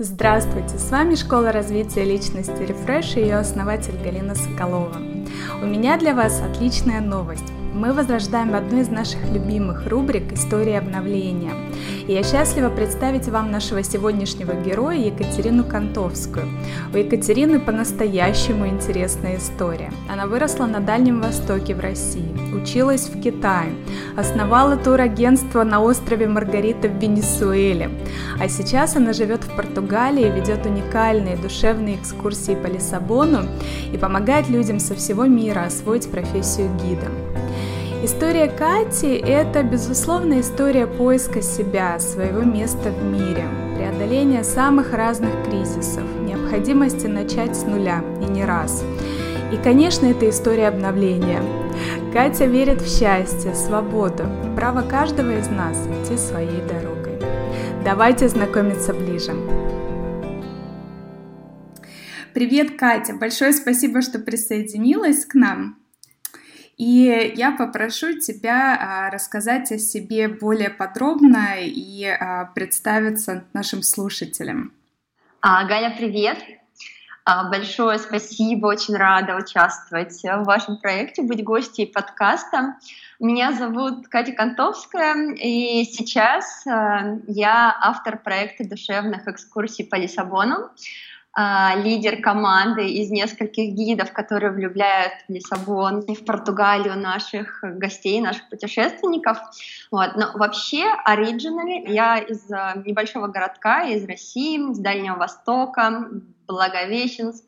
Здравствуйте, с вами Школа развития личности Refresh и ее основатель Галина Соколова. У меня для вас отличная новость. Мы возрождаем одну из наших любимых рубрик «История обновления». И я счастлива представить вам нашего сегодняшнего героя Екатерину Кантовскую. У Екатерины по-настоящему интересная история. Она выросла на Дальнем Востоке в России, училась в Китае, основала турагентство на острове Маргарита в Венесуэле, а сейчас она живет в Португалии, ведет уникальные душевные экскурсии по Лиссабону и помогает людям со всего мира освоить профессию гида. История Кати – это, безусловно, история поиска себя, своего места в мире, преодоления самых разных кризисов, необходимости начать с нуля и не раз. И, конечно, это история обновления. Катя верит в счастье, свободу и право каждого из нас идти своей дорогой. Давайте знакомиться ближе. Привет, Катя! Большое спасибо, что присоединилась к нам. И я попрошу тебя рассказать о себе более подробно и представиться нашим слушателям. Галя, привет! Большое спасибо, очень рада участвовать в вашем проекте, быть гостьей подкаста. Меня зовут Катя Кантовская, и сейчас я автор проекта душевных экскурсий по Лиссабону, лидер команды из нескольких гидов, которые влюбляют в Лиссабон и в Португалию наших гостей, наших путешественников. Вот. Но вообще, оригинально, я из небольшого городка, из России, с Дальнего Востока, Благовещенск.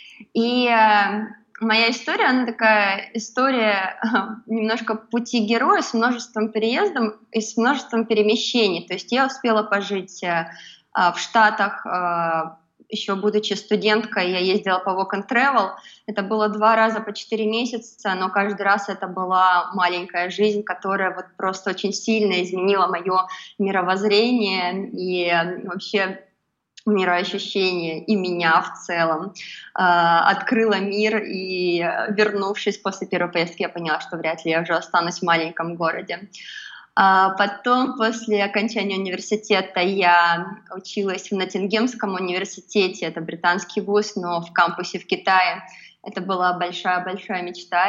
И моя история, она такая история немножко пути героя с множеством переездов и с множеством перемещений. То есть я успела пожить в Штатах, еще будучи студенткой, я ездила по Walk and Travel. Это было 2 раза по 4 месяца, но каждый раз это была маленькая жизнь, которая вот просто очень сильно изменила мое мировоззрение и вообще мироощущение и меня в целом. Открыла мир, и вернувшись после первой поездки, я поняла, что вряд ли я уже останусь в маленьком городе. Потом, после окончания университета, я училась в Ноттингемском университете, это британский вуз, но в кампусе в Китае. Это была большая-большая мечта.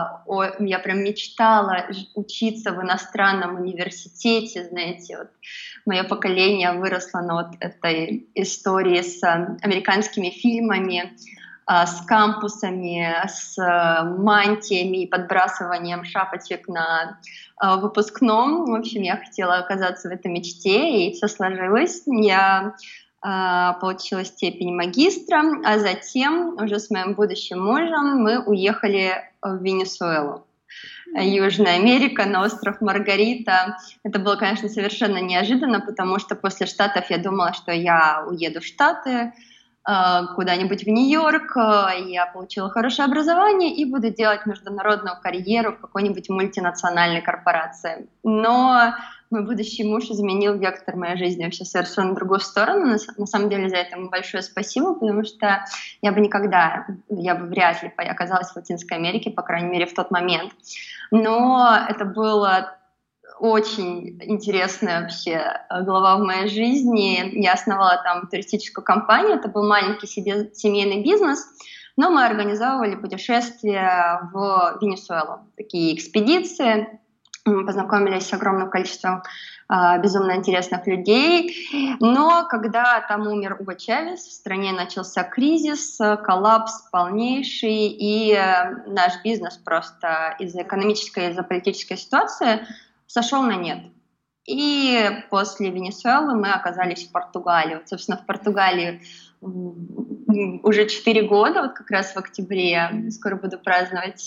Я прям мечтала учиться в иностранном университете, знаете, вот мое поколение выросло на вот этой истории с американскими фильмами, с кампусами, с мантиями и подбрасыванием шапочек на выпускном. В общем, я хотела оказаться в этой мечте, и все сложилось. Я получила степень магистра, а затем уже с моим будущим мужем мы уехали в Венесуэлу. Южная Америка, на остров Маргарита. Это было, конечно, совершенно неожиданно, потому что после Штатов я думала, что я уеду в Штаты, куда-нибудь в Нью-Йорк, я получила хорошее образование и буду делать международную карьеру в какой-нибудь мультинациональной корпорации. Но мой будущий муж изменил вектор моей жизни вообще совершенно в другую сторону. На самом деле за это ему большое спасибо, потому что я бы вряд ли оказалась в Латинской Америке, по крайней мере, в тот момент. Но это было очень интересная вообще глава в моей жизни. Я основала там туристическую компанию, это был маленький семейный бизнес, но мы организовывали путешествия в Венесуэлу, такие экспедиции. Мы познакомились с огромным количеством безумно интересных людей. Но когда там умер Уго Чавес, в стране начался кризис, коллапс полнейший, и наш бизнес просто из-за экономической, из-за политической ситуации сошел на нет. И после Венесуэлы мы оказались в Португалии. Вот, собственно, в Португалии уже 4 года, вот как раз в октябре, скоро буду праздновать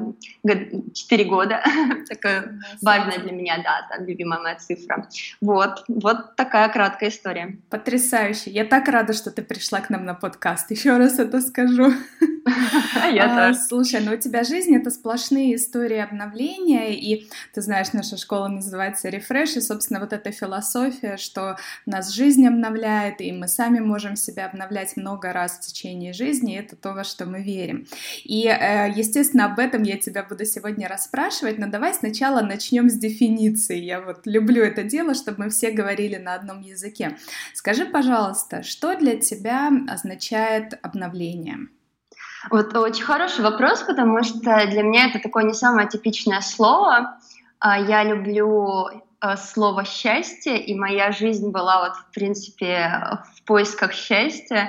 4 года. Такая важная для меня дата, любимая моя цифра. Вот такая краткая история. Потрясающе. Я так рада, что ты пришла к нам на подкаст. Еще раз это скажу. Я тоже. Слушай, ну у тебя жизнь — это сплошные истории обновления, и ты знаешь, наша школа называется Refresh, и, собственно, вот эта философия, что нас жизнь обновляет, и мы сами можем себя обновлять много раз в течение жизни, это то, во что мы верим. И, естественно, об этом я тебя буду сегодня расспрашивать, но давай сначала начнем с дефиниции. Я вот люблю это дело, чтобы мы все говорили на одном языке. Скажи, пожалуйста, что для тебя означает обновление? Вот очень хороший вопрос, потому что для меня это такое не самое типичное слово. Я люблю слово «счастье», и моя жизнь была вот, в принципе, в поисках счастья,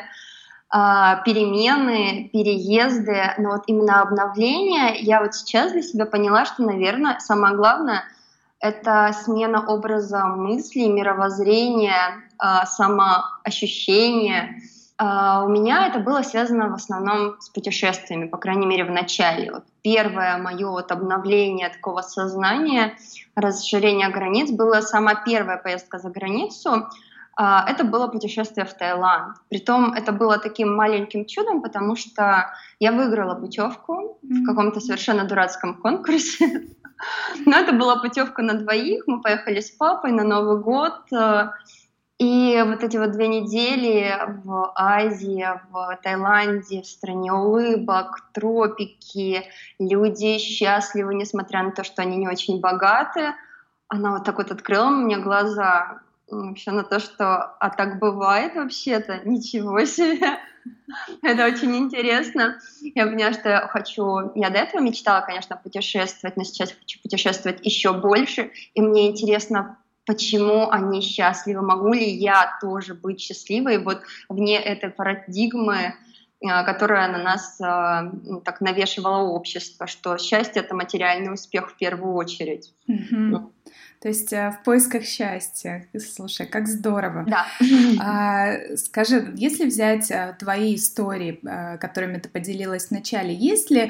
перемены, переезды, но вот именно обновление, я вот сейчас для себя поняла, что, наверное, самое главное — это смена образа мыслей, мировоззрения, самоощущения. У меня это было связано в основном с путешествиями, по крайней мере, в начале. Вот первое мое вот обновление такого сознания, расширение границ, была самая первая поездка за границу. Это было путешествие в Таиланд. Притом это было таким маленьким чудом, потому что я выиграла путевку в каком-то совершенно дурацком конкурсе. Но это была путевка на двоих. Мы поехали с папой на Новый год. И вот эти вот 2 недели в Азии, в Таиланде, в стране улыбок, тропики, люди счастливы, несмотря на то, что они не очень богаты. Она вот так вот открыла мне глаза вообще на то, что так бывает вообще-то, ничего себе. Это очень интересно. Я поняла, что я до этого мечтала, конечно, путешествовать, но сейчас хочу путешествовать еще больше, и мне интересно, почему они счастливы, могу ли я тоже быть счастливой вот вне этой парадигмы, которая на нас так навешивало общество, что счастье — это материальный успех в первую очередь. Mm-hmm. То есть в поисках счастья. Слушай, как здорово. Да. Скажи, если взять твои истории, которыми ты поделилась в начале, есть ли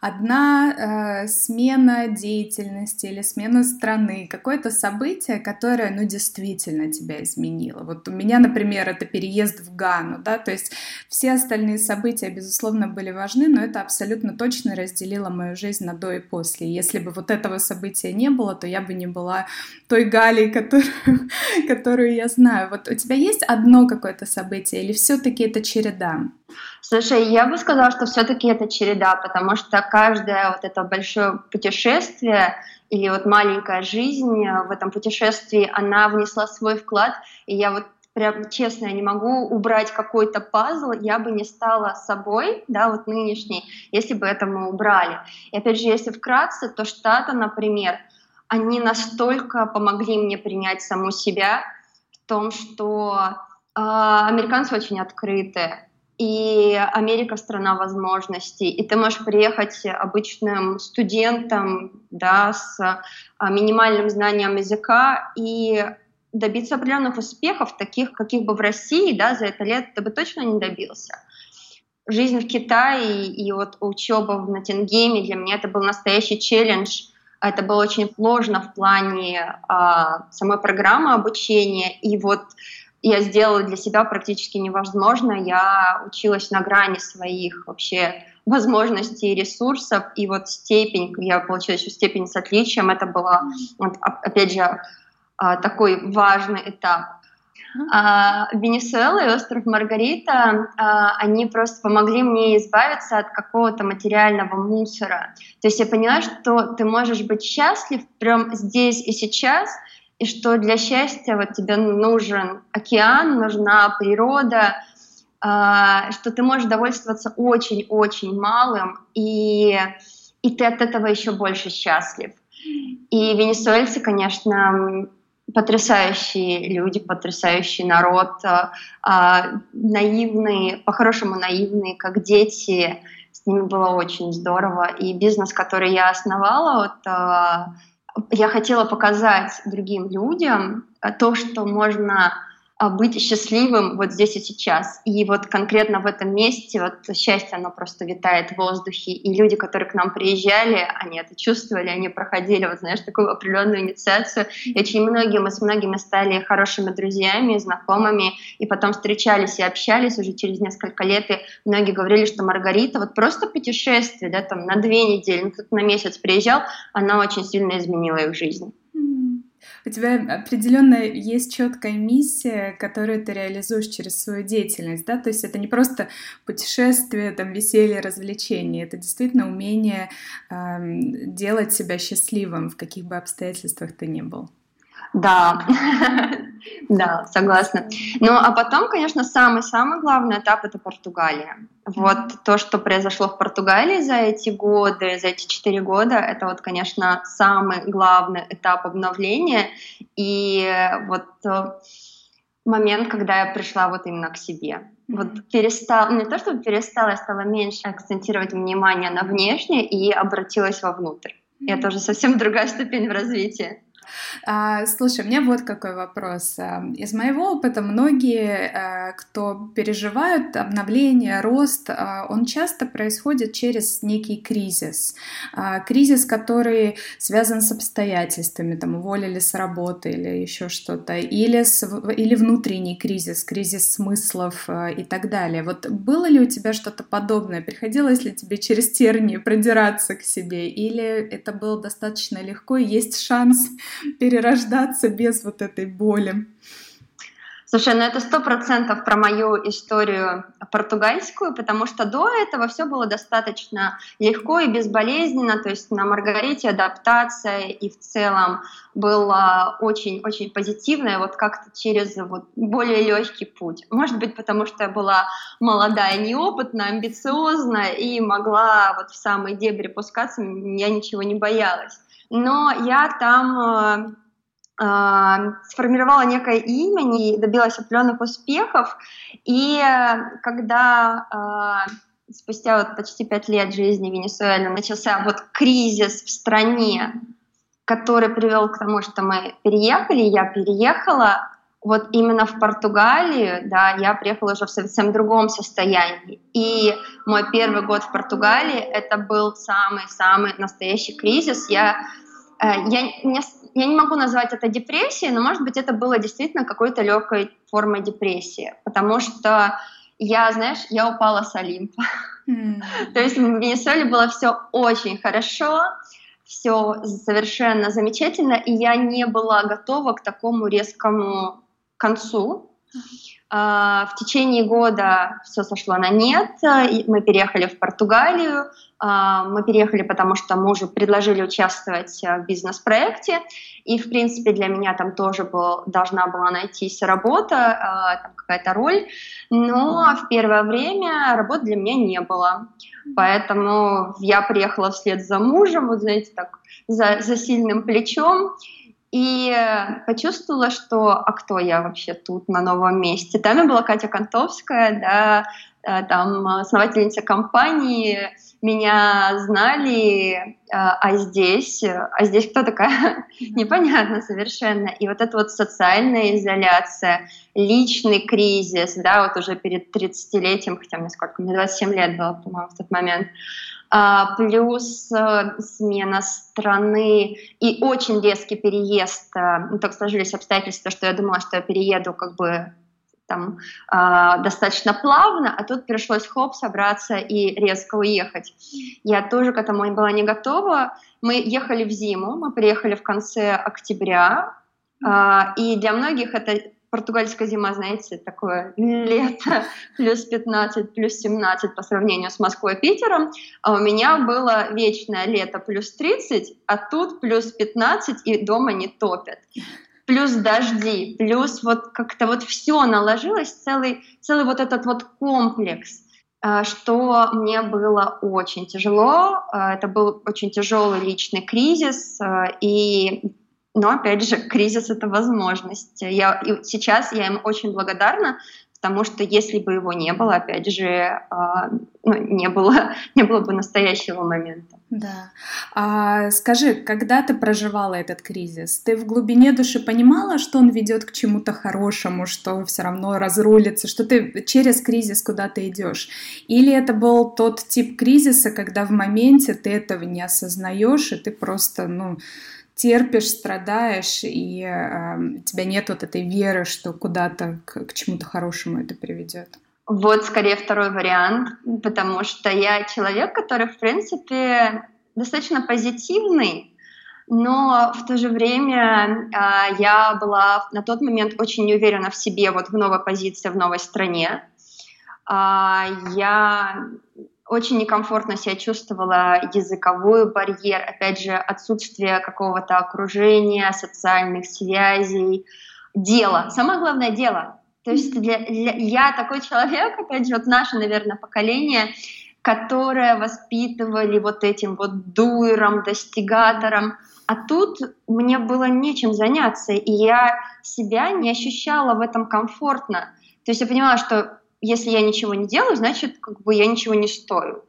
одна смена деятельности или смена страны, какое-то событие, которое, действительно тебя изменило? Вот у меня, например, это переезд в Гану, да, то есть все остальные события, безусловно, были важны, но это абсолютно точно разделило мою жизнь на до и после. Если бы вот этого события не было, то я бы не была той Галей, которую я знаю. Вот у тебя есть одно какое-то событие или все-таки это череда? Слушай, я бы сказала, что все-таки это череда, потому что каждое вот это большое путешествие или вот маленькая жизнь в этом путешествии, она внесла свой вклад, и я вот прям честно, я не могу убрать какой-то пазл, я бы не стала собой, да, вот нынешней, если бы это мы убрали. И опять же, если вкратце, то Штаты, например, они настолько помогли мне принять саму себя в том, что американцы очень открыты, и Америка — страна возможностей, и ты можешь приехать обычным студентом, да, с минимальным знанием языка и добиться определенных успехов, таких, каких бы в России, да, за это лет ты бы точно не добился. Жизнь в Китае и вот учеба в Ноттингеме для меня это был настоящий челлендж. Это было очень сложно в плане самой программы обучения, и вот я сделала для себя практически невозможно. Я училась на грани своих вообще возможностей и ресурсов, и вот степень, я получила еще степень с отличием, это было, опять же, такой важный этап. Венесуэла и остров Маргарита, они просто помогли мне избавиться от какого-то материального мусора. То есть я поняла, что ты можешь быть счастлив прямо здесь и сейчас, и что для счастья вот тебе нужен океан, нужна природа, что ты можешь довольствоваться очень-очень малым, и ты от этого еще больше счастлив. И венесуэльцы, конечно, потрясающие люди, потрясающий народ, наивные, по-хорошему наивные, как дети. С ними было очень здорово. И бизнес, который я основала, вот, я хотела показать другим людям то, что можно быть счастливым вот здесь и сейчас. И вот конкретно в этом месте вот счастье, оно просто витает в воздухе. И люди, которые к нам приезжали, они это чувствовали, они проходили, вот знаешь, такую определенную инициацию. И очень многие, мы с многими стали хорошими друзьями, знакомыми, и потом встречались и общались уже через несколько лет. И многие говорили, что Маргарита, вот просто путешествие, да, там на 2 недели, ну, кто-то на месяц приезжал, она очень сильно изменила их жизнь. У тебя определенно есть четкая миссия, которую ты реализуешь через свою деятельность, да? То есть это не просто путешествие, там, веселье, развлечение, это действительно умение делать себя счастливым, в каких бы обстоятельствах ты ни был. Да, да, согласна. Ну, а потом, конечно, самый-самый главный этап — это Португалия. Вот то, что произошло в Португалии за эти годы, за эти 4 года, это вот, конечно, самый главный этап обновления. И вот момент, когда я пришла вот именно к себе. Вот перестала, не то чтобы перестала, я стала меньше акцентировать внимание на внешнее и обратилась вовнутрь. И это уже совсем другая ступень в развитии. Слушай, у меня вот какой вопрос. Из моего опыта многие, кто переживают обновление, рост, он часто происходит через некий кризис. Кризис, который связан с обстоятельствами, там, уволили с работы или еще что-то, или внутренний кризис, кризис смыслов и так далее. Вот было ли у тебя что-то подобное? Приходилось ли тебе через тернии продираться к себе? Или это было достаточно легко и есть шанс перерождаться без вот этой боли? Слушай, ну это 100% про мою историю португальскую, потому что до этого все было достаточно легко и безболезненно, то есть на Маргарите адаптация и в целом была очень-очень позитивная, вот как-то через вот более легкий путь. Может быть, потому что я была молодая, неопытная, амбициозная и могла вот в самые дебри пускаться, я ничего не боялась. Но я там сформировала некое имя и добилась определенных успехов. И когда спустя вот почти 5 лет жизни в Венесуэле начался вот кризис в стране, который привел к тому, что мы переехали, я переехала, вот именно в Португалию, да, я приехала уже в совсем другом состоянии. И мой первый год в Португалии — это был самый-самый настоящий кризис. Я не могу назвать это депрессией, но, может быть, это было действительно какой-то легкой формой депрессии, потому что я упала с Олимпа. То есть в Венесуэле было все очень хорошо, все совершенно замечательно, и я не была готова к такому резкому концу. В течение года все сошло на нет, мы переехали в Португалию, мы переехали, потому что мужу предложили участвовать в бизнес-проекте, и, в принципе, для меня там тоже должна была найтись работа, там какая-то роль, но в первое время работы для меня не было, поэтому я приехала вслед за мужем, вот знаете, так, за сильным плечом, и почувствовала, что а кто я вообще тут на новом месте. Там я была Катя Кантовская, да, там основательница компании, меня знали, а здесь кто такая? Непонятно совершенно. И вот эта вот социальная изоляция, личный кризис, да, вот уже перед 30-летием, хотя мне 27 лет было, по-моему, в тот момент, плюс смена страны и очень резкий переезд. Так сложились обстоятельства, что я думала, что я перееду как бы там достаточно плавно, а тут пришлось собраться и резко уехать. Я тоже к этому была не готова. Мы ехали в зиму, мы приехали в конце октября, и для многих это португальская зима, знаете, такое лето, плюс 15, плюс 17 по сравнению с Москвой и Питером, а у меня было вечное лето плюс 30, а тут плюс 15 и дома не топят. Плюс дожди, плюс вот как-то вот все наложилось, целый вот этот вот комплекс, что мне было очень тяжело. Это был очень тяжелый личный кризис, но опять же, кризис — это возможность. Сейчас я им очень благодарна в Потому что если бы его не было, опять же, не было бы настоящего момента. Да. Скажи, когда ты проживала этот кризис, ты в глубине души понимала, что он ведет к чему-то хорошему, что все равно разрулится, что ты через кризис куда-то идешь? Или это был тот тип кризиса, когда в моменте ты этого не осознаешь, и ты просто, терпишь, страдаешь, и у тебя нет вот этой веры, что куда-то к чему-то хорошему это приведет? Вот скорее второй вариант, потому что я человек, который, в принципе, достаточно позитивный, но в то же время я была на тот момент очень неуверена в себе, вот в новой позиции, в новой стране. Я очень некомфортно себя чувствовала, языковой барьер, опять же, отсутствие какого-то окружения, социальных связей, дело. Самое главное — дело. То есть я такой человек, опять же, вот наше, наверное, поколение, которое воспитывали вот этим вот дуэром, достигатором, а тут мне было нечем заняться, и я себя не ощущала в этом комфортно. То есть я понимала, что если я ничего не делаю, значит, я ничего не стою.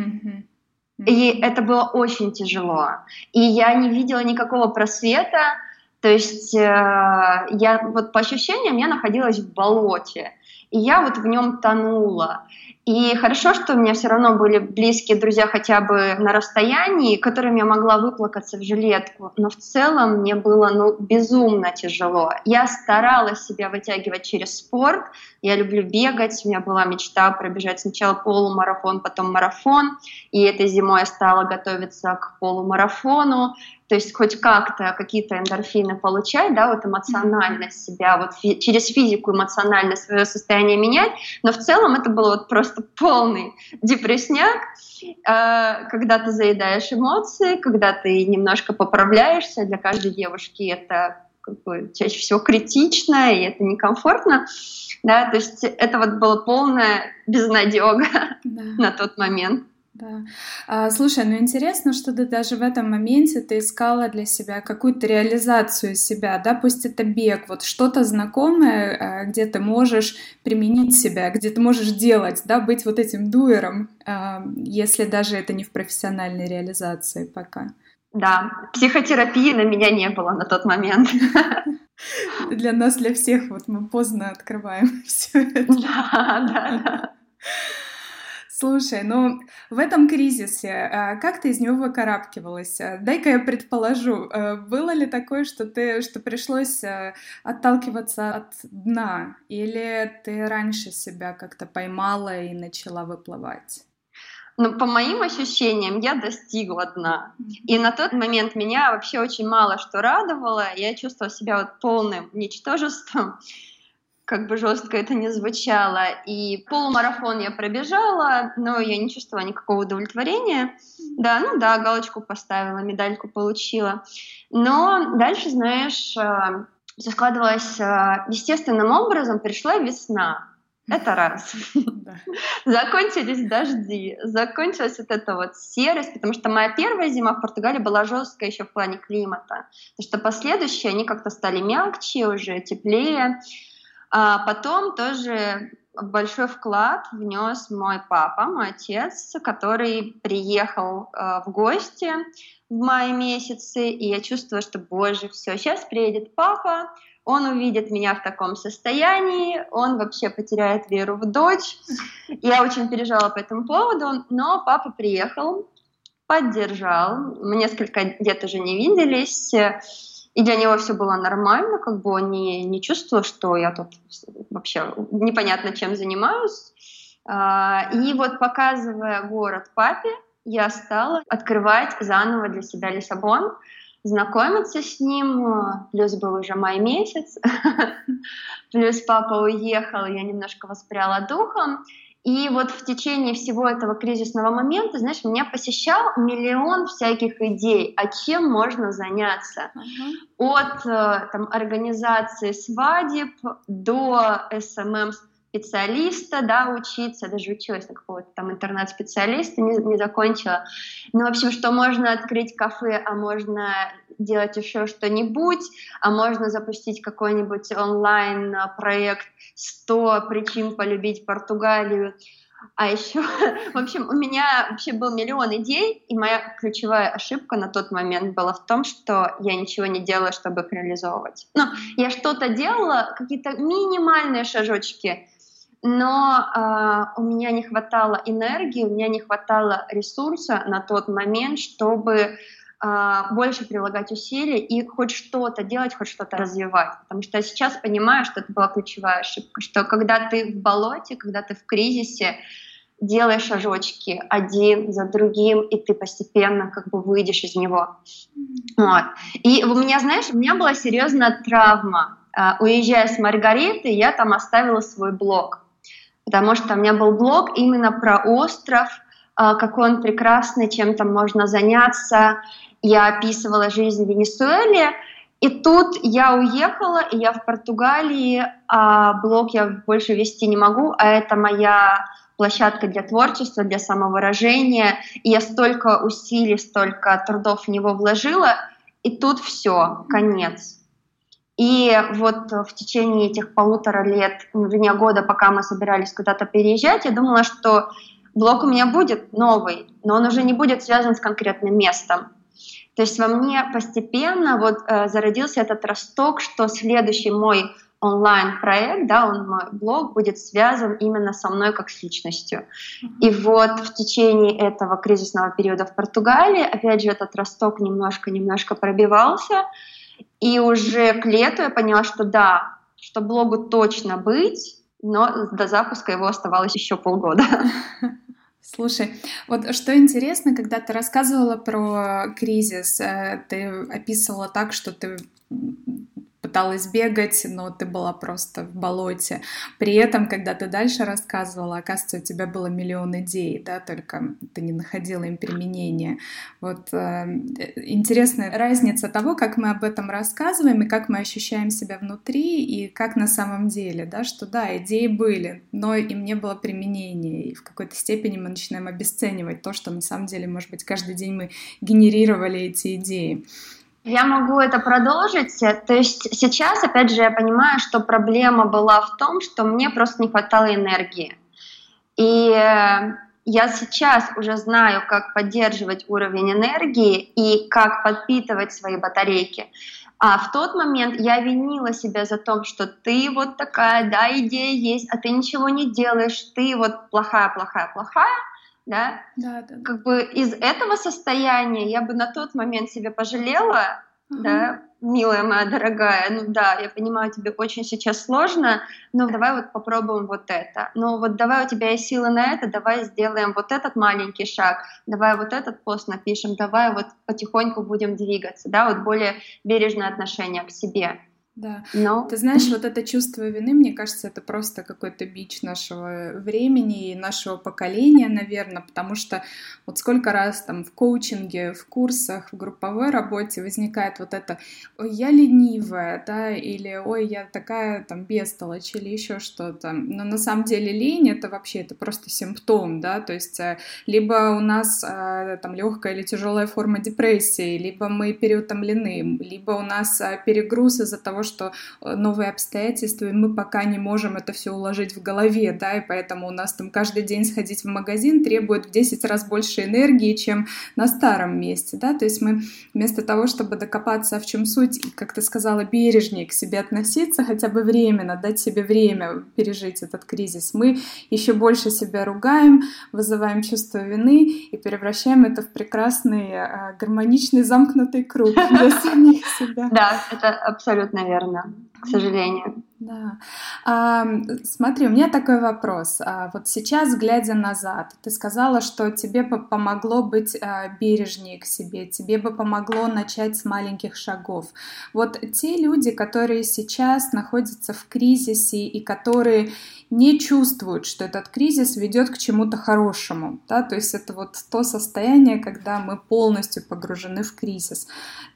И это было очень тяжело. И я не видела никакого просвета. То есть я вот по ощущениям я находилась в болоте, и я вот в нем тонула. И хорошо, что у меня все равно были близкие друзья хотя бы на расстоянии, которым я могла выплакаться в жилетку, но в целом мне было безумно тяжело. Я старалась себя вытягивать через спорт, я люблю бегать, у меня была мечта пробежать сначала полумарафон, потом марафон, и этой зимой я стала готовиться к полумарафону, то есть хоть как-то какие-то эндорфины получать, да, вот эмоционально себя, вот через физику эмоционально свое состояние менять, но в целом это было вот просто полный депрессняк, когда ты заедаешь эмоции, когда ты немножко поправляешься, для каждой девушки это чаще всего критично, и это некомфортно, да, то есть это вот было полная безнадега на тот момент. Да. Слушай, интересно, что ты даже в этом моменте ты искала для себя какую-то реализацию себя, да, пусть это бег, вот что-то знакомое, где ты можешь применить себя, где ты можешь делать, да, быть вот этим дуэром, если даже это не в профессиональной реализации пока. Да, психотерапии на меня не было на тот момент. Для нас, для всех, вот мы поздно открываем все это. Да. Слушай, в этом кризисе, как ты из него выкарабкивалась? Дай-ка я предположу, было ли такое, что пришлось отталкиваться от дна, или ты раньше себя как-то поймала и начала выплывать? По моим ощущениям, я достигла дна. И на тот момент меня вообще очень мало что радовало. Я чувствовала себя вот полным ничтожеством, как бы жестко это ни звучало. И полумарафон я пробежала, но я не чувствовала никакого удовлетворения. Да, галочку поставила, медальку получила. Но дальше, знаешь, все складывалось естественным образом. Пришла весна. Это раз. Закончились дожди, закончилась вот эта вот серость, потому что моя первая зима в Португалии была жесткая еще в плане климата. Потому что последующие, они как-то стали мягче, уже теплее. А потом тоже большой вклад внес мой папа, мой отец, который приехал в гости в мае месяце, и я чувствовала, что, боже, все, сейчас приедет папа, он увидит меня в таком состоянии, он вообще потеряет веру в дочь. Я очень переживала по этому поводу, но папа приехал, поддержал. Мы несколько лет уже не виделись, и для него все было нормально, как бы он не чувствовал, что я тут вообще непонятно чем занимаюсь. И вот, показывая город папе, я стала открывать заново для себя Лиссабон, знакомиться с ним, плюс был уже май месяц, плюс папа уехал, я немножко воспряла духом, и вот в течение всего этого кризисного момента, знаешь, меня посещал миллион всяких идей, а чем можно заняться. От организации свадеб до специалиста, да, учиться, даже училась на какого-то там интернет-специалиста, не закончила. В общем, что можно открыть кафе, а можно делать еще что-нибудь, а можно запустить какой-нибудь онлайн-проект «100 причин полюбить Португалию». А еще, в общем, у меня вообще был миллион идей, и моя ключевая ошибка на тот момент была в том, что я ничего не делала, чтобы их реализовывать. Ну, я что-то делала, какие-то минимальные шажочки, но у меня не хватало энергии, у меня не хватало ресурса на тот момент, чтобы больше прилагать усилий и хоть что-то делать, хоть что-то развивать. Потому что я сейчас понимаю, что это была ключевая ошибка, что когда ты в болоте, когда ты в кризисе, делаешь шажочки один за другим, и ты постепенно как бы выйдешь из него. Вот. И у меня была серьезная травма. Уезжая с Маргариты, я там оставила свой блог, потому что у меня был блог именно про остров, какой он прекрасный, чем там можно заняться. Я описывала жизнь в Венесуэле, и тут я уехала, и я в Португалии, а блог я больше вести не могу, а это моя площадка для творчества, для самовыражения, и я столько усилий, столько трудов в него вложила, и тут все, конец. И вот в течение этих 1,5 лет, вернее года, пока мы собирались куда-то переезжать, я думала, что блог у меня будет новый, но он уже не будет связан с конкретным местом. То есть во мне постепенно зародился этот росток, что следующий мой онлайн-проект, мой блог будет связан именно со мной как с личностью. И вот в течение этого кризисного периода в Португалии, опять же, этот росток немножко пробивался, и уже к лету я поняла, что да, что блогу точно быть, но до запуска его оставалось еще полгода. Слушай, вот что интересно, когда ты рассказывала про кризис, ты описывала так, что ты пыталась бегать, но ты была просто в болоте. При этом, когда ты дальше рассказывала, оказывается, у тебя было миллион идей, да, только ты не находила им применения. Вот интересная разница того, как мы об этом рассказываем и как мы ощущаем себя внутри и как на самом деле, да, что да, идеи были, но им не было применения, и в какой-то степени мы начинаем обесценивать то, что на самом деле, может быть, каждый день мы генерировали эти идеи. Я могу это продолжить. То есть сейчас, опять же, я понимаю, что проблема была в том, что мне просто не хватало энергии. И я сейчас уже знаю, как поддерживать уровень энергии и как подпитывать свои батарейки. А в тот момент я винила себя за то, что ты вот такая, да, идея есть, а ты ничего не делаешь, ты вот плохая. Да? Да. Как бы из этого состояния я бы на тот момент себя пожалела, да, милая моя дорогая, ну да, я понимаю, тебе очень сейчас сложно, но давай вот попробуем вот это. Ну вот давай, у тебя есть силы на это, давай сделаем вот этот маленький шаг, давай вот этот пост напишем, давай вот потихоньку будем двигаться, да, вот более бережное отношение к себе. Да, но... Ты знаешь, вот это чувство вины, мне кажется, это просто какой-то бич нашего времени и нашего поколения, наверное, потому что вот сколько раз там в коучинге, в курсах, в групповой работе возникает вот это «Ой, я ленивая», да, или «Ой, я такая там бестолочь» или еще что-то. Но на самом деле лень — это вообще это просто симптом, да, то есть либо у нас там легкая или тяжелая форма депрессии, либо мы переутомлены, либо у нас перегруз из-за того, что новые обстоятельства, и мы пока не можем это все уложить в голове, да, и поэтому у нас там каждый день сходить в магазин требует в 10 раз больше энергии, чем на старом месте, да, то есть мы вместо того, чтобы докопаться, в чем суть, и, как ты сказала, бережнее к себе относиться, хотя бы временно, дать себе время пережить этот кризис, мы еще больше себя ругаем, вызываем чувство вины и превращаем это в прекрасный, гармоничный, замкнутый круг для самих себя. Да, это абсолютно верно. К сожалению. Да. Смотри, у меня такой вопрос. Вот сейчас, глядя назад, ты сказала, что тебе бы помогло быть бережнее к себе, тебе бы помогло начать с маленьких шагов. Вот те люди, которые сейчас находятся в кризисе и которые не чувствуют, что этот кризис ведет к чему-то хорошему, да, то есть это вот то состояние, когда мы полностью погружены в кризис.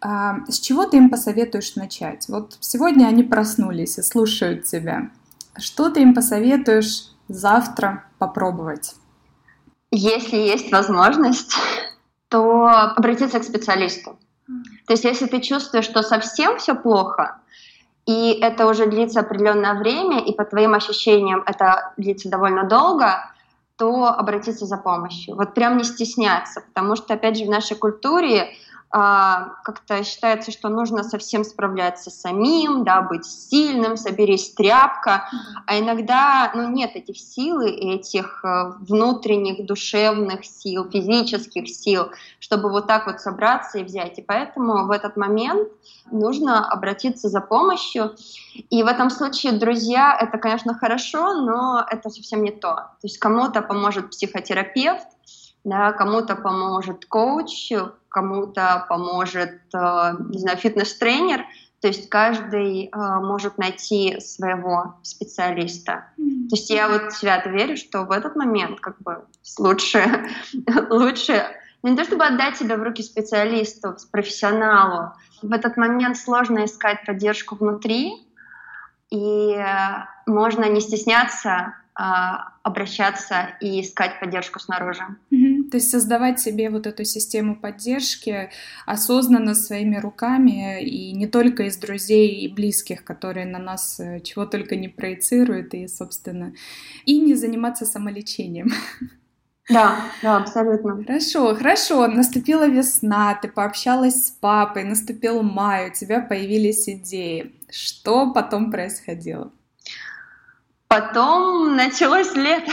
С чего ты им посоветуешь начать? Вот сегодня они проснулись и слушают тебя. Что ты им посоветуешь завтра попробовать? Если есть возможность, то обратиться к специалисту. То есть если ты чувствуешь, что совсем все плохо, и это уже длится определенное время, и по твоим ощущениям это длится довольно долго, то обратиться за помощью. Вот прям не стесняться, потому что, опять же, в нашей культуре как-то считается, что нужно совсем справляться самим, да, быть сильным, соберись тряпка, а иногда нет этих сил, этих внутренних, душевных сил, физических сил, чтобы вот так вот собраться и взять. И поэтому в этот момент нужно обратиться за помощью. И в этом случае друзья — это, конечно, хорошо, но это совсем не то. То есть кому-то поможет психотерапевт, да, кому-то поможет коуч, кому-то поможет, не знаю, фитнес-тренер. То есть каждый может найти своего специалиста. То есть я вот свято верю, что в этот момент как бы лучше не то чтобы отдать себя в руки специалисту, профессионалу. В этот момент сложно искать поддержку внутри, и можно не стесняться обращаться и искать поддержку снаружи. То есть создавать себе вот эту систему поддержки осознанно своими руками, и не только из друзей и близких, которые на нас чего только не проецируют, и, собственно, и не заниматься самолечением. Да, абсолютно. Хорошо. Наступила весна, ты пообщалась с папой, наступил май, у тебя появились идеи. Что потом происходило? Потом началось лето.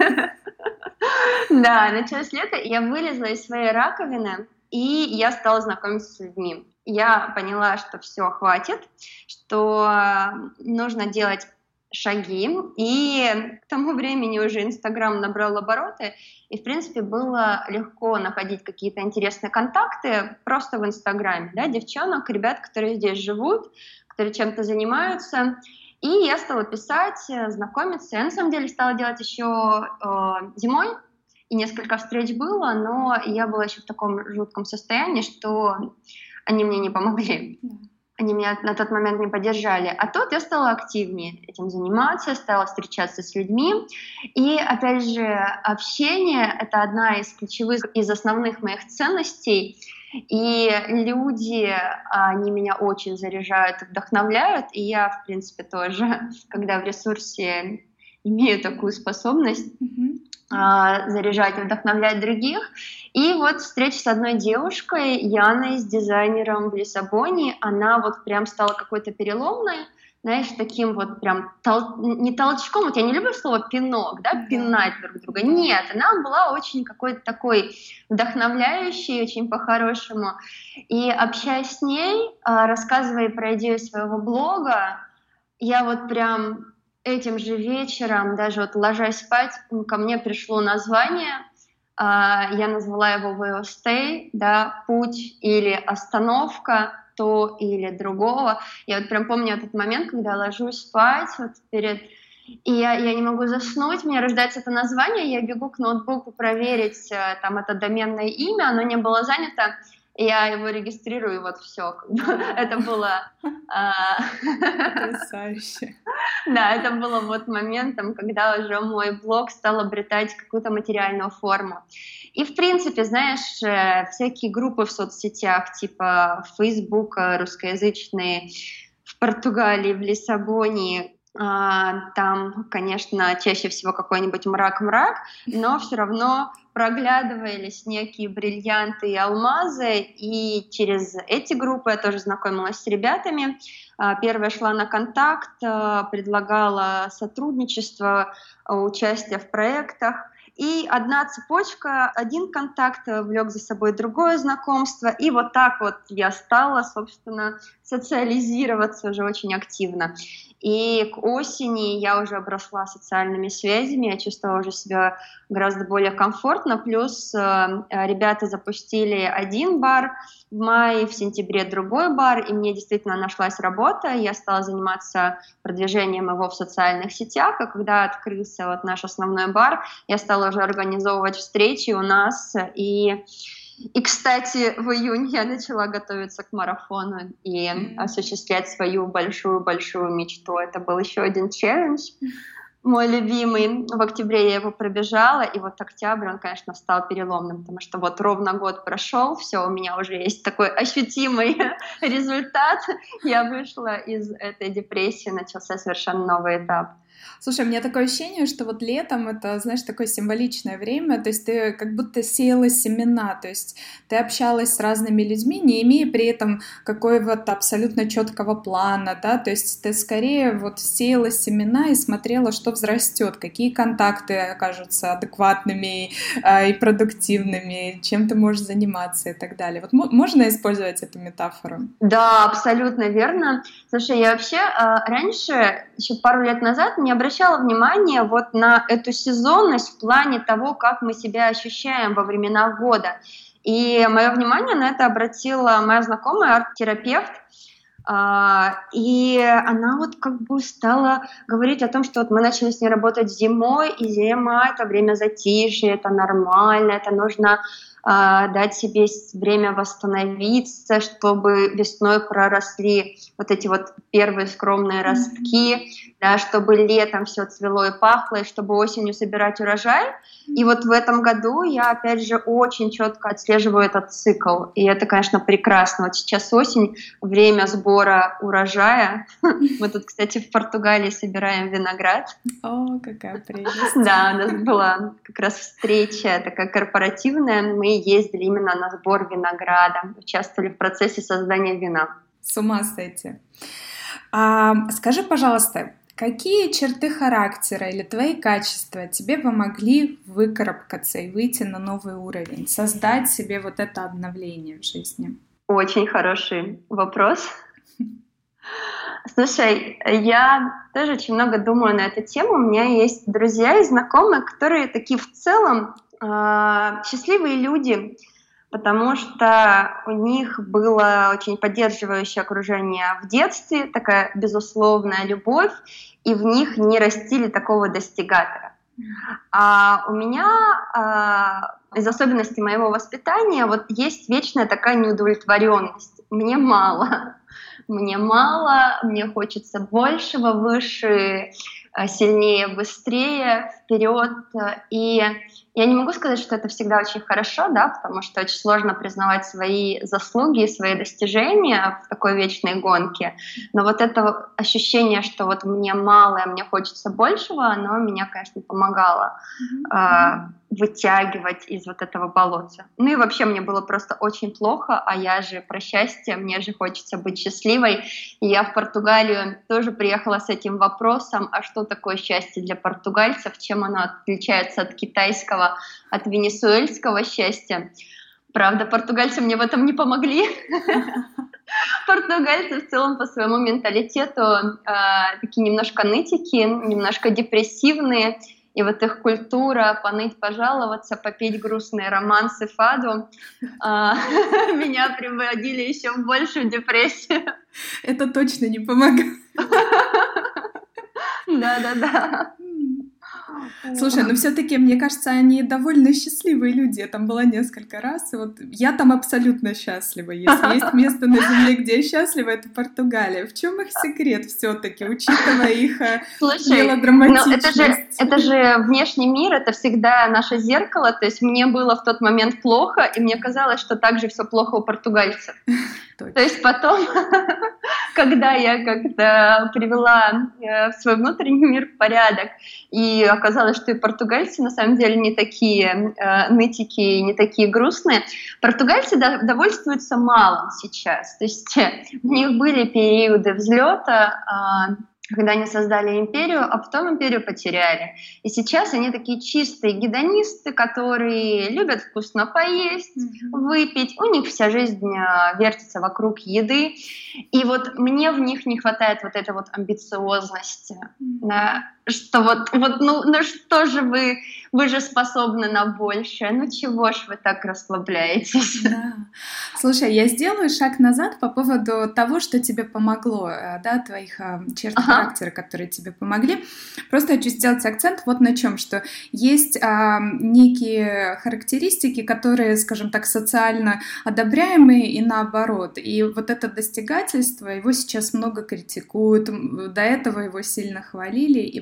Да, началось лето, и я вылезла из своей раковины, и я стала знакомиться с людьми. Я поняла, что все, хватит, что нужно делать шаги, и к тому времени уже Инстаграм набрал обороты, и, в принципе, было легко находить какие-то интересные контакты просто в Инстаграме, да, девчонок, ребят, которые здесь живут, которые чем-то занимаются. И я стала писать, знакомиться. Я, на самом деле, стала делать еще зимой, и несколько встреч было, но я была еще в таком жутком состоянии, что они мне не помогли. Они меня на тот момент не поддержали. А тут я стала активнее этим заниматься, стала встречаться с людьми. И, опять же, общение — это одна из ключевых, из основных моих ценностей. И люди, они меня очень заряжают и вдохновляют. И я, в принципе, тоже, когда в ресурсе имею такую способность заряжать и вдохновлять других. И вот встреча с одной девушкой, Яной, с дизайнером в Лиссабоне, она вот прям стала какой-то переломной, знаешь, таким вот прям не толчком, вот я не люблю слово пинок, да, пинать друг друга, нет, она была очень какой-то такой вдохновляющей, очень по-хорошему, и общаясь с ней, рассказывая про идею своего блога, я вот прям этим же вечером, даже вот ложась спать, ко мне пришло название, я назвала его «Way of Stay», да, «Путь» или «Остановка», то или другого. Я вот прям помню этот момент, когда ложусь спать, вот перед... И я не могу заснуть, мне рождается это название, я бегу к ноутбуку проверить, там, это доменное имя, оно не было занято, я его регистрирую, и вот все. Это было... Потрясающе. Да, это было вот моментом, когда уже мой блог стал обретать какую-то материальную форму. И, в принципе, знаешь, всякие группы в соцсетях, типа Facebook, русскоязычные, в Португалии, в Лиссабоне, там, конечно, чаще всего какой-нибудь мрак-мрак, но все равно проглядывались некие бриллианты и алмазы, и через эти группы я тоже знакомилась с ребятами. Первая шла на контакт, предлагала сотрудничество, участие в проектах. И одна цепочка, один контакт влек за собой другое знакомство. И вот так вот я стала, собственно, социализироваться уже очень активно. И к осени я уже обросла социальными связями, я чувствовала уже себя гораздо более комфортно. Плюс ребята запустили один бар в мае, в сентябре другой бар, и мне действительно нашлась работа. Я стала заниматься продвижением его в социальных сетях, и когда открылся вот наш основной бар, я стала уже организовывать встречи у нас. И, кстати, в июне я начала готовиться к марафону и осуществлять свою большую-большую мечту. Это был еще один челлендж. мой любимый. В октябре я его пробежала, и вот октябрь, он, конечно, стал переломным, потому что вот ровно год прошел, все, у меня уже есть такой ощутимый результат. Я вышла из этой депрессии, начался совершенно новый этап. Слушай, у меня такое ощущение, что вот летом это, знаешь, такое символичное время, то есть ты как будто сеяла семена, то есть ты общалась с разными людьми, не имея при этом какого-то абсолютно четкого плана, да, то есть ты скорее вот сеяла семена и смотрела, что взрастет, какие контакты окажутся адекватными и продуктивными, чем ты можешь заниматься и так далее. Вот можно использовать эту метафору? Да, абсолютно верно. Слушай, я вообще раньше, еще пару лет назад, не обращала внимания вот на эту сезонность в плане того, как мы себя ощущаем во времена года. И мое внимание на это обратила моя знакомая, арт-терапевт, и она вот как бы стала говорить о том, что вот мы начали с ней работать зимой, и зима — это время затишья, это нормально, это нужно дать себе время восстановиться, чтобы весной проросли вот эти вот первые скромные ростки, да, чтобы летом все цвело и пахло, и чтобы осенью собирать урожай. И вот в этом году я, опять же, очень четко отслеживаю этот цикл. И это, конечно, прекрасно. Вот сейчас осень, время сбора урожая. Мы тут, кстати, в Португалии собираем виноград. О, какая прелесть. Да, у нас была как раз встреча такая корпоративная. Мы ездили именно на сбор винограда, участвовали в процессе создания вина. С ума сойти. Скажи, пожалуйста, какие черты характера или твои качества тебе помогли выкарабкаться и выйти на новый уровень, создать себе вот это обновление в жизни? Очень хороший вопрос. Слушай, я тоже очень много думаю на эту тему. У меня есть друзья и знакомые, которые такие в целом счастливые люди, потому что у них было очень поддерживающее окружение в детстве, такая безусловная любовь, и в них не растили такого достигатора. А у меня из особенностей моего воспитания вот есть вечная такая неудовлетворенность. Мне мало, мне хочется большего, выше, сильнее, быстрее, вперед. И я не могу сказать, что это всегда очень хорошо, да, потому что очень сложно признавать свои заслуги и свои достижения в такой вечной гонке. Но вот это ощущение, что вот мне мало, и мне хочется большего, оно меня, конечно, помогало вытягивать из вот этого болотца. Ну и вообще мне было просто очень плохо, а я же про счастье, мне же хочется быть счастливой. И я в Португалию тоже приехала с этим вопросом, а что такое счастье для португальцев, чем оно отличается от китайского, от венесуэльского счастья. Правда, португальцы мне в этом не помогли. Португальцы в целом по своему менталитету такие немножко нытики, немножко депрессивные. И вот их культура поныть, пожаловаться, попеть грустные романсы, фаду меня приводили еще в большую депрессию. Это точно не помогает. Да. Слушай, ну все-таки, мне кажется, они довольно счастливые люди. Я там была несколько раз, и вот я там абсолютно счастлива. Если есть место на земле, где я счастлива, это Португалия. В чем их секрет все-таки, учитывая их мелодраматичность? Ну это же внешний мир, это всегда наше зеркало. То есть мне было в тот момент плохо, и мне казалось, что так же все плохо у португальцев. То есть потом, когда я как-то привела свой внутренний мир в порядок, и оказалось, что и португальцы на самом деле не такие нытики, не такие грустные, португальцы довольствуются малым сейчас. То есть у них были периоды взлета, когда они создали империю, а потом империю потеряли. И сейчас они такие чистые гедонисты, которые любят вкусно поесть, выпить. У них вся жизнь вертится вокруг еды. И вот мне в них не хватает вот этой вот амбициозности. Да, что ну что же вы же способны на большее. Ну чего ж вы так расслабляетесь? Да. Слушай, я сделаю шаг назад по поводу того, что тебе помогло, да, твоих черт характера, которые тебе помогли. Просто хочу сделать акцент вот на чем, что есть некие характеристики, которые, скажем так, социально одобряемые и наоборот. И вот это достигательство, его сейчас много критикуют, до этого его сильно хвалили. И вот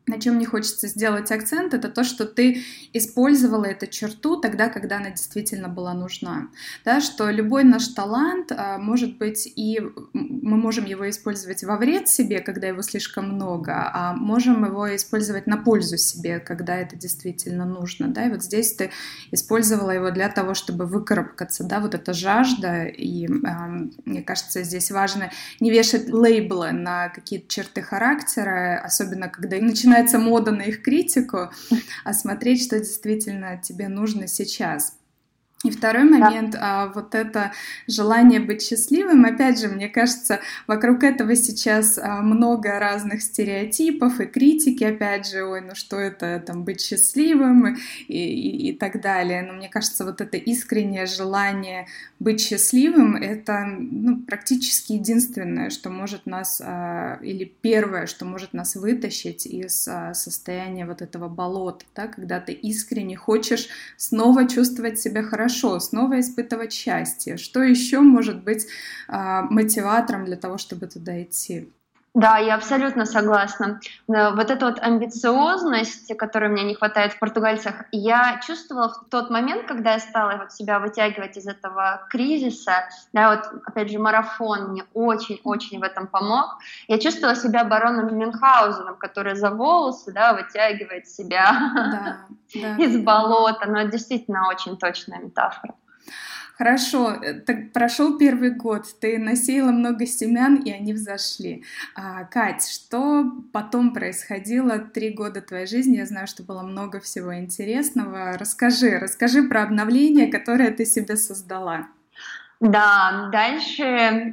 на чем мне хочется сделать акцент, это то, что ты использовала эту черту тогда, когда она действительно была нужна. Да, что любой наш талант, может быть, и мы можем его использовать во вред себе, когда его слишком много, а можем его использовать на пользу себе, когда это действительно нужно. Да? И вот здесь ты использовала его для того, чтобы выкарабкаться, да, вот эта жажда. И мне кажется, здесь важно не вешать лейблы на какие-то черты характера, особенно когда начинается мода на их критику, а смотреть, что действительно тебе нужно сейчас. И второй момент, вот это желание быть счастливым, опять же, мне кажется, вокруг этого сейчас много разных стереотипов и критики, опять же, ой, ну что это, там, быть счастливым и так далее. Но мне кажется, вот это искреннее желание быть счастливым, это практически единственное, что может нас, или первое, что может нас вытащить из состояния вот этого болота, да, когда ты искренне хочешь снова чувствовать себя хорошо, снова испытывать счастье. Что еще может быть мотиватором для того, чтобы туда идти? Да, я абсолютно согласна. Вот эта вот амбициозность, которой мне не хватает в португальцах, я чувствовала в тот момент, когда я стала вот себя вытягивать из этого кризиса. Да, вот опять же марафон мне очень-очень в этом помог. Я чувствовала себя бароном Мюнхгаузеном, который за волосы, да, вытягивает себя из болота. Но это действительно очень точная метафора. Хорошо, так прошел первый год, ты насеяла много семян, и они взошли. Кать, что потом происходило 3 года твоей жизни? Я знаю, что было много всего интересного. Расскажи про обновление, которое ты себе создала. Да, дальше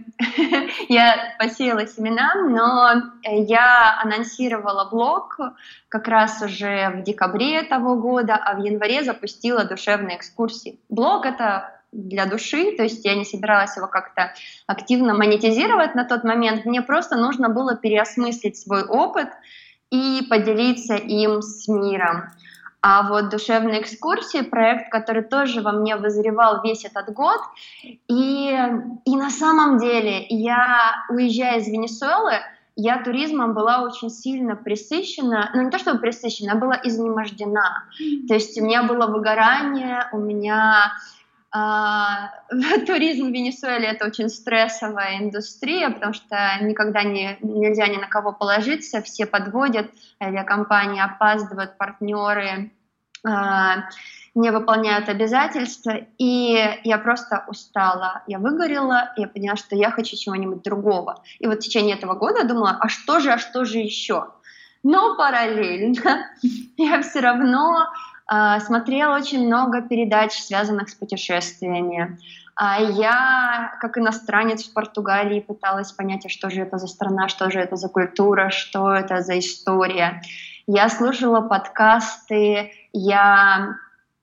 я посеяла семена, но я анонсировала блог как раз уже в декабре того года, а в январе запустила душевные экскурсии. Блог — это для души, то есть я не собиралась его как-то активно монетизировать на тот момент, мне просто нужно было переосмыслить свой опыт и поделиться им с миром. А вот душевные экскурсии — проект, который тоже во мне вызревал весь этот год, и на самом деле я, уезжая из Венесуэлы, я туризмом была очень сильно пресыщена, не то чтобы пресыщена, я была изнемождена, то есть у меня было выгорание, у меня туризм в Венесуэле — это очень стрессовая индустрия, потому что никогда нельзя ни на кого положиться, все подводят, авиакомпании опаздывают, партнеры не выполняют обязательства, и я просто устала, я выгорела, я поняла, что я хочу чего-нибудь другого. И вот в течение этого года я думала, а что же еще? Но параллельно я все равно смотрела очень много передач, связанных с путешествиями. Я, как иностранец в Португалии, пыталась понять, а что же это за страна, что же это за культура, что это за история. Я слушала подкасты, я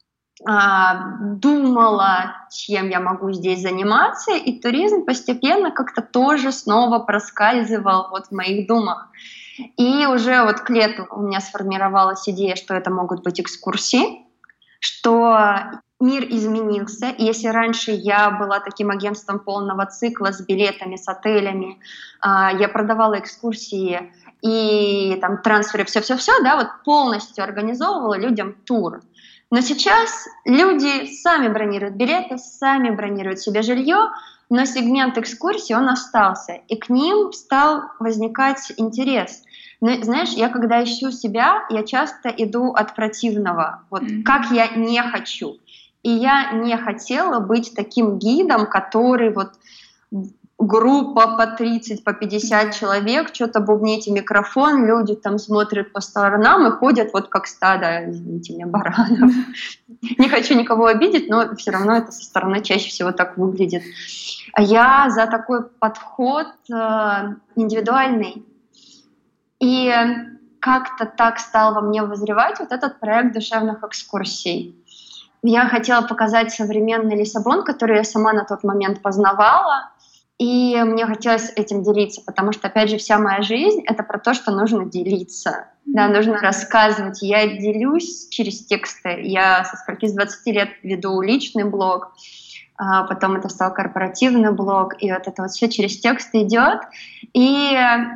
думала, чем я могу здесь заниматься, и туризм постепенно как-то тоже снова проскальзывал вот в моих думах. И уже вот к лету у меня сформировалась идея, что это могут быть экскурсии, что мир изменился. И если раньше я была таким агентством полного цикла с билетами, с отелями, я продавала экскурсии и там трансферы, все-все-все, да, вот полностью организовывала людям тур. Но сейчас люди сами бронируют билеты, сами бронируют себе жилье, но сегмент экскурсий, он остался, и к ним стал возникать интерес. Но, знаешь, я когда ищу себя, я часто иду от противного, вот как я не хочу. И я не хотела быть таким гидом, который вот группа по 30, по 50 человек, что-то бубните микрофон, люди там смотрят по сторонам и ходят вот как стадо, извините меня, баранов. Не хочу никого обидеть, но все равно это со стороны чаще всего так выглядит. А я за такой подход индивидуальный. И как-то так стал во мне вызревать вот этот проект душевных экскурсий. Я хотела показать современный Лиссабон, который я сама на тот момент познавала, и мне хотелось этим делиться, потому что, опять же, вся моя жизнь — это про то, что нужно делиться, да, нужно рассказывать. Я делюсь через тексты. Я со скольки, с 20 лет веду личный блог, потом это стал корпоративный блог, и вот это вот все через тексты идет. И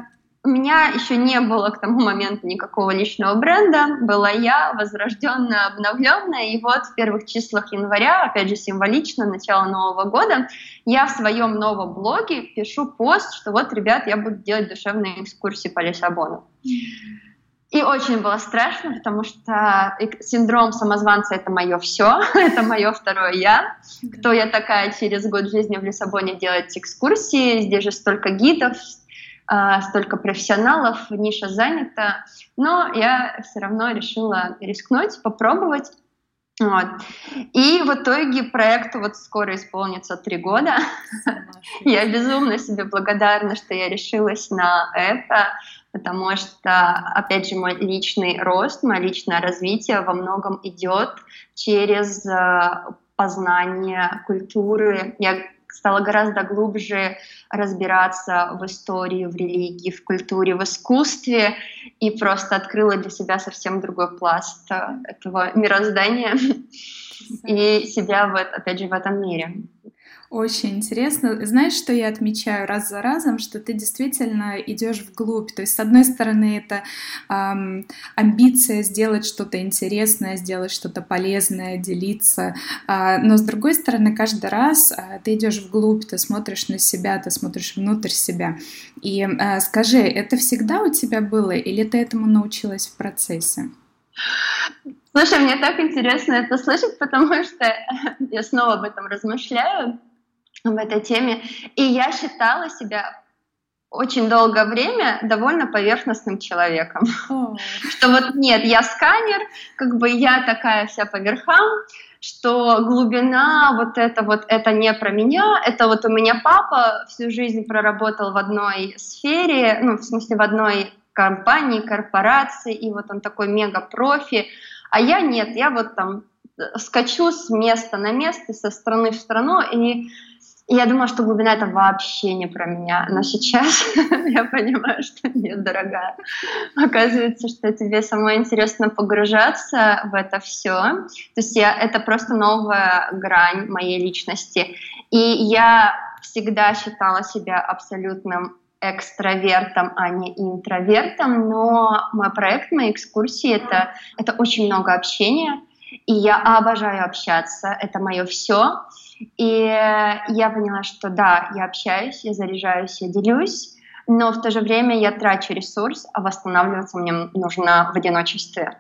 у меня еще не было к тому моменту никакого личного бренда, была я, возрожденная, обновленная, и вот в первых числах января, опять же символично, начало Нового года, я в своем новом блоге пишу пост, что вот, ребят, я буду делать душевные экскурсии по Лиссабону. И очень было страшно, потому что синдром самозванца — это мое все, это мое второе я. Кто я такая через год жизни в Лиссабоне делать экскурсии, здесь же столько гидов, столько профессионалов, ниша занята, но я все равно решила рискнуть, попробовать. Вот. И в итоге проекту вот скоро исполнится 3 года. Я безумно себе благодарна, что я решилась на это, потому что, опять же, мой личный рост, мое личное развитие во многом идет через познание культуры. Я стала гораздо глубже разбираться в истории, в религии, в культуре, в искусстве и просто открыла для себя совсем другой пласт этого мироздания и себя, опять же, в этом мире. Очень интересно. Знаешь, что я отмечаю раз за разом, что ты действительно идешь вглубь. То есть, с одной стороны, это амбиция сделать что-то интересное, сделать что-то полезное, делиться. Но с другой стороны, каждый раз ты идешь вглубь, ты смотришь на себя, ты смотришь внутрь себя. И скажи, это всегда у тебя было, или ты этому научилась в процессе? Слушай, мне так интересно это слышать, потому что я снова об этом размышляю, в этой теме. И я считала себя очень долгое время довольно поверхностным человеком. Что вот нет, я сканер, как бы я такая вся по верхам, что глубина, вот это не про меня, это вот у меня папа всю жизнь проработал в одной сфере, ну, в смысле, в одной компании, корпорации, и вот он такой мега-профи, а я нет, я вот там скачу с места на место, со страны в страну, и я думала, что глубина — это вообще не про меня, но сейчас я понимаю, что нет, дорогая. Оказывается, что тебе самой интересно погружаться в это все. То есть это просто новая грань моей личности. И я всегда считала себя абсолютным экстравертом, а не интровертом, но мой проект, мои экскурсии — это очень много общения, и я обожаю общаться, это мое все. И я поняла, что да, я общаюсь, я заряжаюсь, я делюсь, но в то же время я трачу ресурс, а восстанавливаться мне нужно в одиночестве.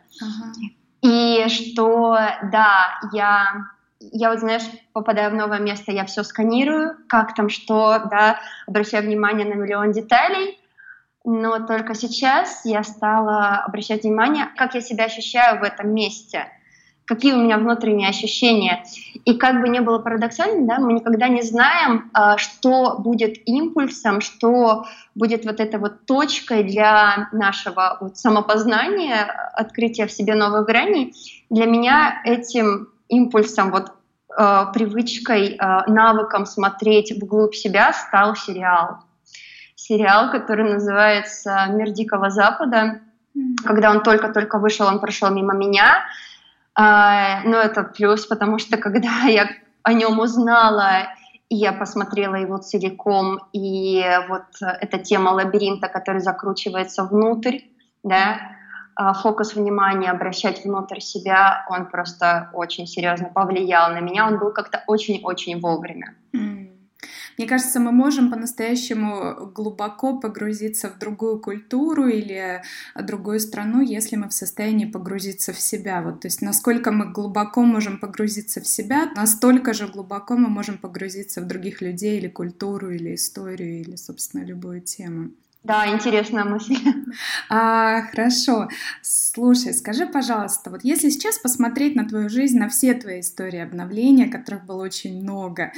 И что, да, я вот, знаешь, попадая в новое место, я все сканирую, как там, что, да, обращаю внимание на миллион деталей, но только сейчас я стала обращать внимание, как я себя ощущаю в этом месте, какие у меня внутренние ощущения. И как бы ни было парадоксально, да, мы никогда не знаем, что будет импульсом, что будет вот этой вот точкой для нашего вот самопознания, открытия в себе новых граней. Для меня этим импульсом, вот привычкой, навыком смотреть вглубь себя стал сериал. Сериал, который называется «Мир Дикого Запада». Когда он только-только вышел, он прошел мимо меня. Но это плюс, потому что когда я о нем узнала, и я посмотрела его целиком, и вот эта тема лабиринта, который закручивается внутрь, да, фокус внимания обращать внутрь себя, он просто очень серьезно повлиял на меня, он был как-то очень-очень вовремя. Мне кажется, мы можем по-настоящему глубоко погрузиться в другую культуру или другую страну, если мы в состоянии погрузиться в себя. Вот, то есть насколько мы глубоко можем погрузиться в себя, настолько же глубоко мы можем погрузиться в других людей или культуру, или историю, или, собственно, любую тему. Да, интересная мысль. Хорошо. Слушай, скажи, пожалуйста, вот если сейчас посмотреть на твою жизнь, на все твои истории обновления, которых было очень много,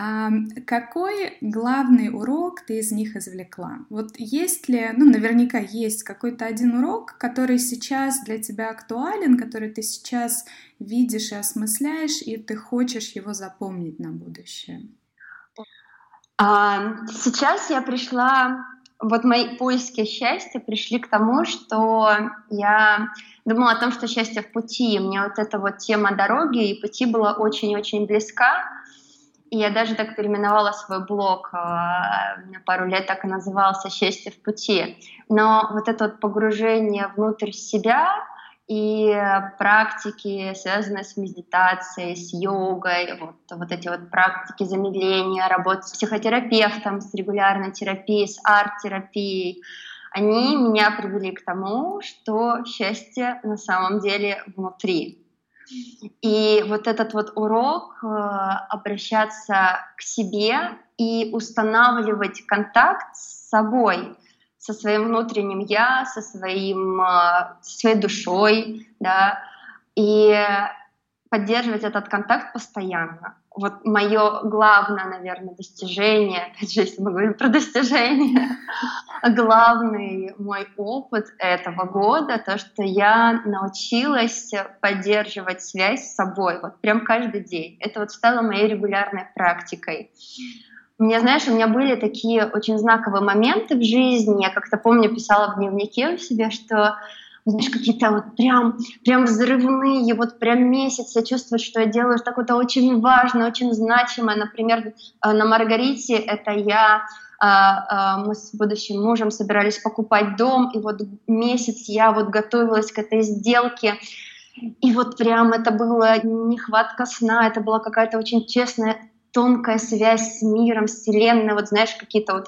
какой главный урок ты из них извлекла? Вот есть ли, наверняка есть какой-то один урок, который сейчас для тебя актуален, который ты сейчас видишь и осмысляешь, и ты хочешь его запомнить на будущее? Сейчас я пришла... Вот мои поиски счастья пришли к тому, что я думала о том, что счастье в пути. Мне вот эта вот тема дороги и пути была очень-очень близка. И я даже так переименовала свой блог, пару лет так и назывался «Счастье в пути». Но вот это вот погружение внутрь себя и практики, связанные с медитацией, с йогой, вот эти вот практики замедления, работы с психотерапевтом, с регулярной терапией, с арт-терапией, они меня привели к тому, что счастье на самом деле внутри. И вот этот вот урок обращаться к себе и устанавливать контакт с собой, со своим внутренним «я», со своей душой, да, и поддерживать этот контакт постоянно. Вот мое главное, наверное, достижение, опять же, если мы говорим про достижения, главный мой опыт этого года, то, что я научилась поддерживать связь с собой, вот прям каждый день. Это вот стало моей регулярной практикой. У меня были такие очень знаковые моменты в жизни. Я как-то помню, писала в дневнике у себя, что знаешь, какие-то вот прям взрывные, вот прям месяцы чувствовать, что я делаю что-то очень важное, очень значимое. Например, на Маргарите это мы с будущим мужем собирались покупать дом, и вот месяц я вот готовилась к этой сделке. И вот прям это была нехватка сна, это была какая-то очень честная, тонкая связь с миром, с Вселенной. Вот знаешь, какие-то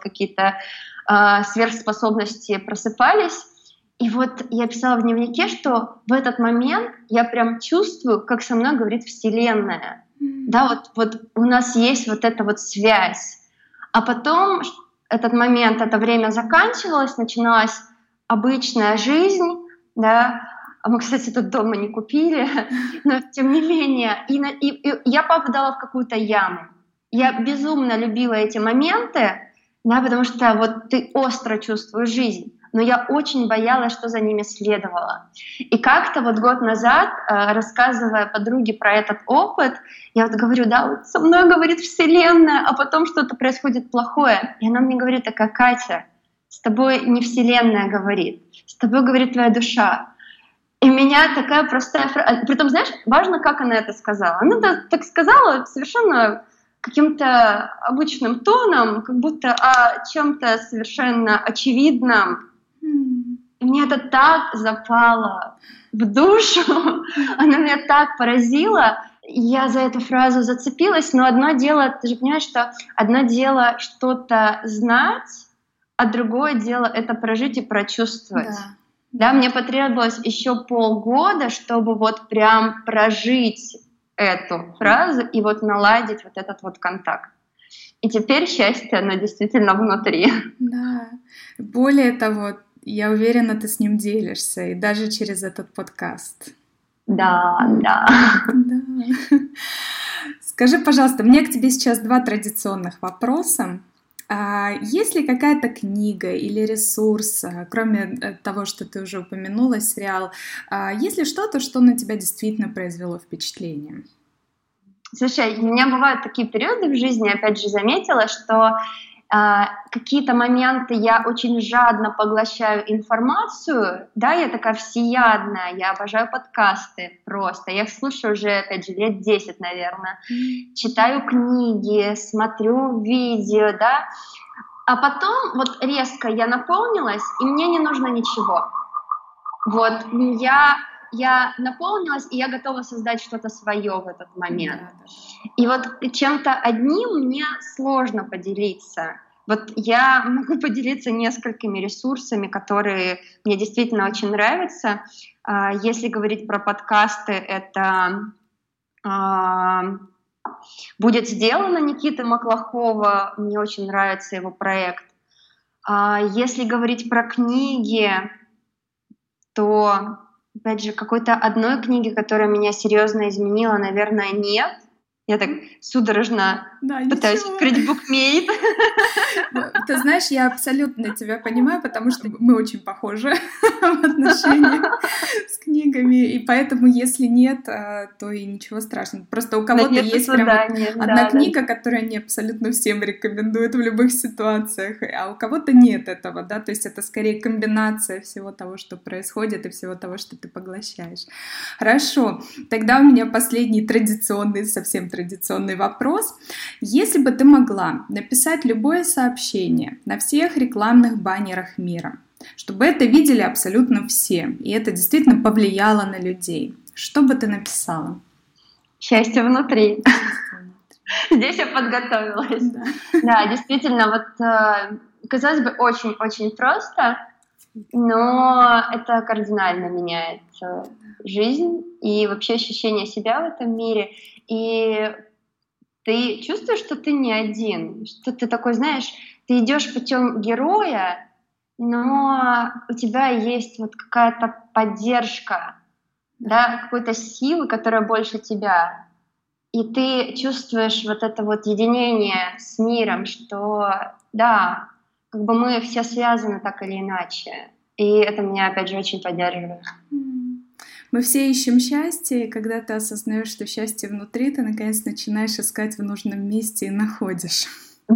сверхспособности просыпались. И вот я писала в дневнике, что в этот момент я прям чувствую, как со мной говорит Вселенная. Да, вот у нас есть вот эта вот связь. А потом этот момент, это время заканчивалось, начиналась обычная жизнь, да. А мы, кстати, тут дома не купили, но тем не менее. И я попадала в какую-то яму. Я безумно любила эти моменты, да, потому что вот ты остро чувствуешь жизнь. Но я очень боялась, что за ними следовало. И как-то вот год назад, рассказывая подруге про этот опыт, я вот говорю, да, вот со мной говорит Вселенная, а потом что-то происходит плохое. И она мне говорит, такая: Катя, с тобой не Вселенная говорит, с тобой говорит твоя душа. И меня такая простая фраза... Притом, знаешь, важно, как она это сказала. Она так сказала совершенно каким-то обычным тоном, как будто о чем-то совершенно очевидном. И мне это так запало в душу, она меня так поразила. Я за эту фразу зацепилась, но одно дело, ты же понимаешь, что одно дело что-то знать, а другое дело это прожить и прочувствовать. Да, мне потребовалось еще полгода, чтобы вот прям прожить эту фразу и вот наладить вот этот вот контакт. И теперь счастье, оно действительно внутри. Да. Более того, я уверена, ты с ним делишься, и даже через этот подкаст. Да. Скажи, пожалуйста, у меня к тебе сейчас 2 традиционных вопроса. Есть ли какая-то книга или ресурс, кроме того, что ты уже упомянула, сериал, есть ли что-то, что на тебя действительно произвело впечатление? Слушай, у меня бывают такие периоды в жизни, опять же, заметила, что какие-то моменты я очень жадно поглощаю информацию, да, я такая всеядная, я обожаю подкасты просто, я их слушаю уже, опять же, лет 10, наверное, читаю книги, смотрю видео, да, а потом вот резко я наполнилась, и мне не нужно ничего. Вот, я наполнилась, и я готова создать что-то свое в этот момент. И вот чем-то одним мне сложно поделиться. Вот я могу поделиться несколькими ресурсами, которые мне действительно очень нравятся. Если говорить про подкасты, это «Будет сделано» Никиты Маклахова. Мне очень нравится его проект. Если говорить про книги, то, опять же, какой-то одной книги, которая меня серьезно изменила, наверное, нет. Я так судорожно пытаюсь открыть букмейт. Ты знаешь, я абсолютно тебя понимаю, потому что мы очень похожи в отношениях с книгами, и поэтому, если нет, то и ничего страшного. Просто у кого-то есть прям одна книга, которую они абсолютно всем рекомендуют в любых ситуациях, а у кого-то нет этого, да, то есть это скорее комбинация всего того, что происходит, и всего того, что ты поглощаешь. Хорошо, тогда у меня последний традиционный, совсем традиционный вопрос. Если бы ты могла написать любое сообщение на всех рекламных баннерах мира, чтобы это видели абсолютно все, и это действительно повлияло на людей, что бы ты написала? Счастье внутри. Здесь я подготовилась. Да, действительно, вот казалось бы, очень-очень просто, но это кардинально меняет жизнь и вообще ощущение себя в этом мире. И ты чувствуешь, что ты не один, что ты такой, знаешь, ты идешь путем героя, но у тебя есть вот какая-то поддержка, да, какой-то силы, которая больше тебя. И ты чувствуешь вот это вот единение с миром, что да, как бы мы все связаны так или иначе. И это меня, опять же, очень поддерживает. Мы все ищем счастье, и когда ты осознаешь, что счастье внутри, ты наконец начинаешь искать в нужном месте и находишь.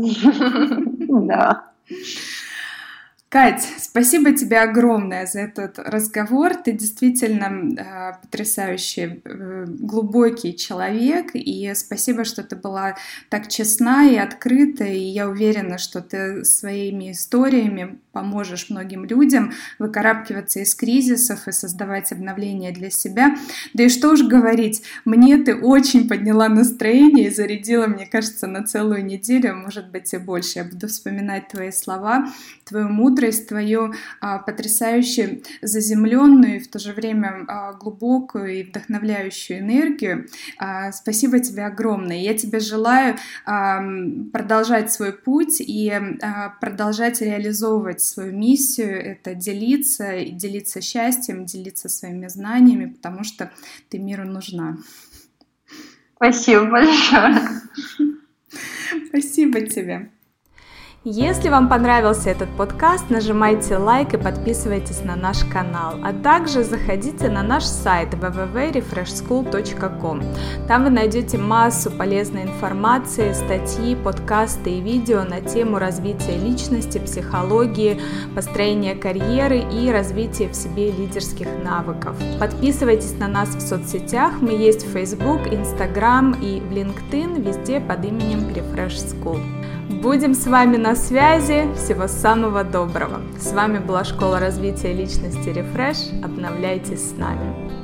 Да. Кать, спасибо тебе огромное за этот разговор. Ты действительно потрясающий, глубокий человек, и спасибо, что ты была так честна и открыта, и я уверена, что ты своими историями поможешь многим людям выкарабкиваться из кризисов и создавать обновления для себя. Да и что уж говорить, мне ты очень подняла настроение и зарядила, мне кажется, на целую неделю, может быть и больше. Я буду вспоминать твои слова, твою мудрость, твою потрясающую заземленную и в то же время глубокую и вдохновляющую энергию. Спасибо тебе огромное. Я тебе желаю продолжать свой путь и продолжать реализовывать свою миссию. Это делиться счастьем, делиться своими знаниями, потому что ты миру нужна. Спасибо большое. Спасибо тебе. Если вам понравился этот подкаст, нажимайте лайк и подписывайтесь на наш канал, а также заходите на наш сайт www.refreshschool.com. Там вы найдете массу полезной информации, статьи, подкасты и видео на тему развития личности, психологии, построения карьеры и развития в себе лидерских навыков. Подписывайтесь на нас в соцсетях, мы есть в Facebook, Instagram и в LinkedIn, везде под именем Refresh School. Будем с вами на связи. Всего самого доброго. С вами была Школа развития личности Refresh. Обновляйтесь с нами.